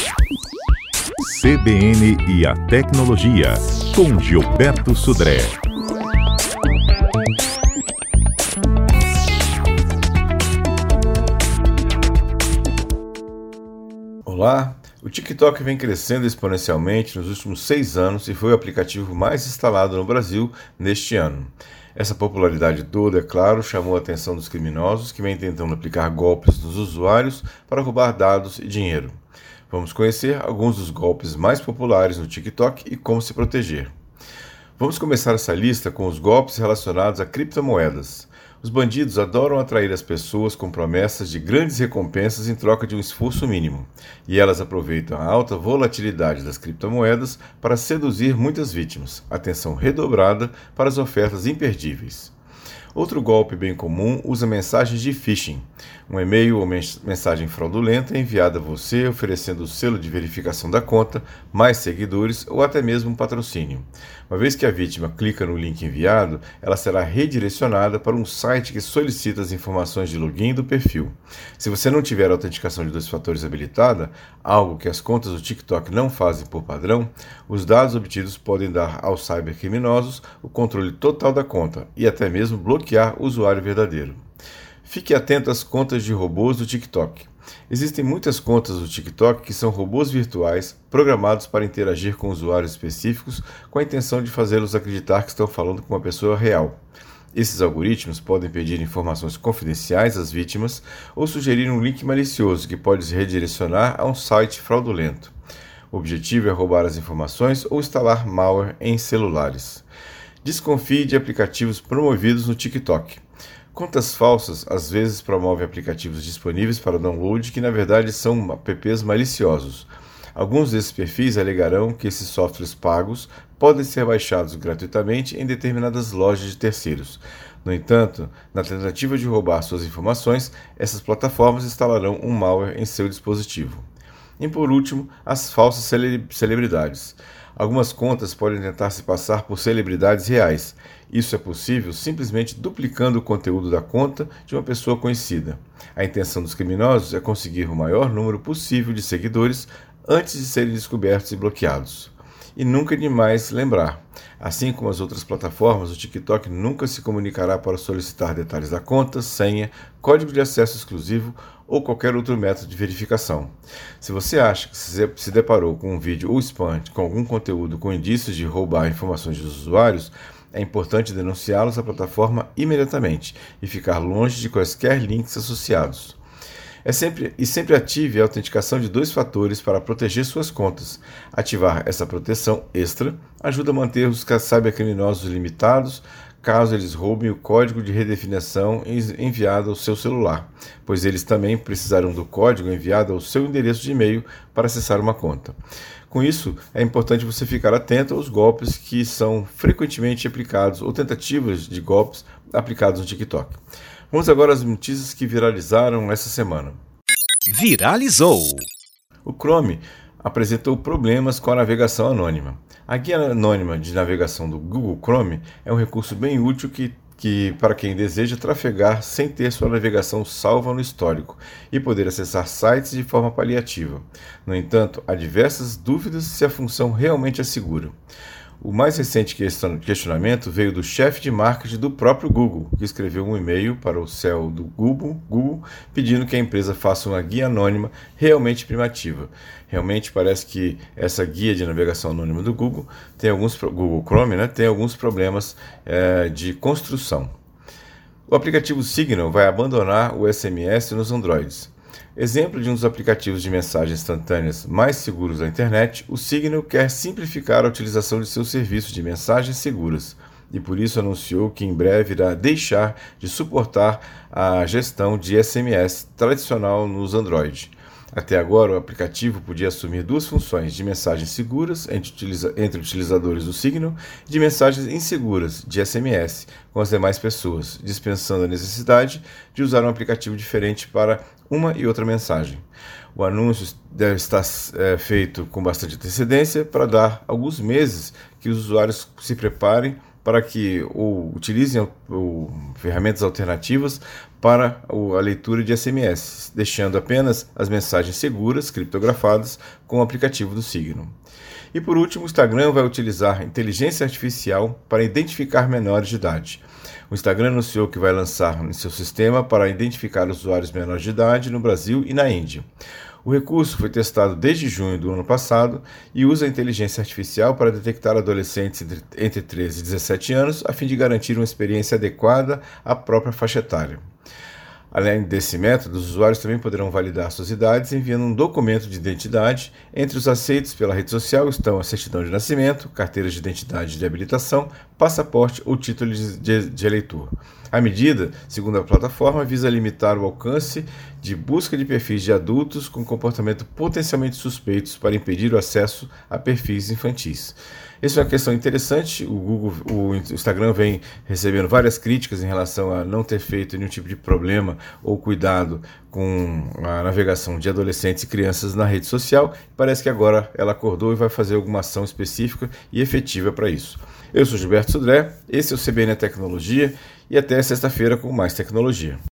CBN e a Tecnologia, com Gilberto Sudré. Olá, o TikTok vem crescendo exponencialmente nos últimos 6 anos e foi o aplicativo mais instalado no Brasil neste ano. Essa popularidade toda, é claro, chamou a atenção dos criminosos que vêm tentando aplicar golpes nos usuários para roubar dados e dinheiro. Vamos conhecer alguns dos golpes mais populares no TikTok e como se proteger. Vamos começar essa lista com os golpes relacionados a criptomoedas. Os bandidos adoram atrair as pessoas com promessas de grandes recompensas em troca de um esforço mínimo, e elas aproveitam a alta volatilidade das criptomoedas para seduzir muitas vítimas, atenção redobrada para as ofertas imperdíveis. Outro golpe bem comum usa mensagens de phishing. Um e-mail ou mensagem fraudulenta é enviada a você oferecendo o selo de verificação da conta, mais seguidores ou até mesmo um patrocínio. Uma vez que a vítima clica no link enviado, ela será redirecionada para um site que solicita as informações de login do perfil. Se você não tiver a autenticação de 2 fatores habilitada, algo que as contas do TikTok não fazem por padrão, os dados obtidos podem dar aos cybercriminosos o controle total da conta e até mesmo bloquear o usuário verdadeiro. Fique atento às contas de robôs do TikTok. Existem muitas contas do TikTok que são robôs virtuais programados para interagir com usuários específicos com a intenção de fazê-los acreditar que estão falando com uma pessoa real. Esses algoritmos podem pedir informações confidenciais às vítimas ou sugerir um link malicioso que pode se redirecionar a um site fraudulento. O objetivo é roubar as informações ou instalar malware em celulares. Desconfie de aplicativos promovidos no TikTok. Contas falsas às vezes promovem aplicativos disponíveis para download que na verdade são apps maliciosos. Alguns desses perfis alegarão que esses softwares pagos podem ser baixados gratuitamente em determinadas lojas de terceiros. No entanto, na tentativa de roubar suas informações, essas plataformas instalarão um malware em seu dispositivo. E por último, as falsas celebridades. Algumas contas podem tentar se passar por celebridades reais. Isso é possível simplesmente duplicando o conteúdo da conta de uma pessoa conhecida. A intenção dos criminosos é conseguir o maior número possível de seguidores antes de serem descobertos e bloqueados. E nunca é demais lembrar, assim como as outras plataformas, o TikTok nunca se comunicará para solicitar detalhes da conta, senha, código de acesso exclusivo ou qualquer outro método de verificação. Se você acha que se deparou com um vídeo ou spam com algum conteúdo com indícios de roubar informações dos usuários, é importante denunciá-los à plataforma imediatamente e ficar longe de quaisquer links associados. Sempre ative a autenticação de 2 fatores para proteger suas contas. Ativar essa proteção extra ajuda a manter os cybercriminosos limitados caso eles roubem o código de redefinição enviado ao seu celular, pois eles também precisarão do código enviado ao seu endereço de e-mail para acessar uma conta. Com isso, é importante você ficar atento aos golpes que são frequentemente aplicados ou tentativas de golpes aplicados no TikTok. Vamos agora às notícias que viralizaram essa semana. Viralizou! O Chrome apresentou problemas com a navegação anônima. A guia anônima de navegação do Google Chrome é um recurso bem útil que para quem deseja trafegar sem ter sua navegação salva no histórico e poder acessar sites de forma paliativa. No entanto, há diversas dúvidas se a função realmente é segura. O mais recente questionamento veio do chefe de marketing do próprio Google, que escreveu um e-mail para o CEO do Google pedindo que a empresa faça uma guia anônima realmente primativa. Realmente parece que essa guia de navegação anônima do Google Google Chrome, tem alguns problemas de construção. O aplicativo Signal vai abandonar o SMS nos Androids. Exemplo de um dos aplicativos de mensagens instantâneas mais seguros da internet, o Signal quer simplificar a utilização de seus serviços de mensagens seguras e por isso anunciou que em breve irá deixar de suportar a gestão de SMS tradicional nos Android. Até agora, o aplicativo podia assumir 2 funções de mensagens seguras entre utilizadores do Signal e de mensagens inseguras de SMS com as demais pessoas, dispensando a necessidade de usar um aplicativo diferente para uma e outra mensagem. O anúncio deve estar feito com bastante antecedência para dar alguns meses que os usuários se preparem para que utilizem ferramentas alternativas para a leitura de SMS, deixando apenas as mensagens seguras, criptografadas, com o aplicativo do Signal. E por último, o Instagram vai utilizar inteligência artificial para identificar menores de idade. O Instagram anunciou que vai lançar em seu sistema para identificar usuários menores de idade no Brasil e na Índia. O recurso foi testado desde junho do ano passado e usa a inteligência artificial para detectar adolescentes entre 13 e 17 anos, a fim de garantir uma experiência adequada à própria faixa etária. Além desse método, os usuários também poderão validar suas idades enviando um documento de identidade. Entre os aceitos pela rede social estão a certidão de nascimento, carteira de identidade de habilitação, passaporte ou título de eleitor. A medida, segundo a plataforma, visa limitar o alcance de busca de perfis de adultos com comportamento potencialmente suspeitos para impedir o acesso a perfis infantis. Essa é uma questão interessante. O Instagram vem recebendo várias críticas em relação a não ter feito nenhum tipo de problema ou cuidado com a navegação de adolescentes e crianças na rede social. Parece que agora ela acordou e vai fazer alguma ação específica e efetiva para isso. Eu sou Gilberto Sudré, esse é o CBN Tecnologia e até sexta-feira com mais tecnologia.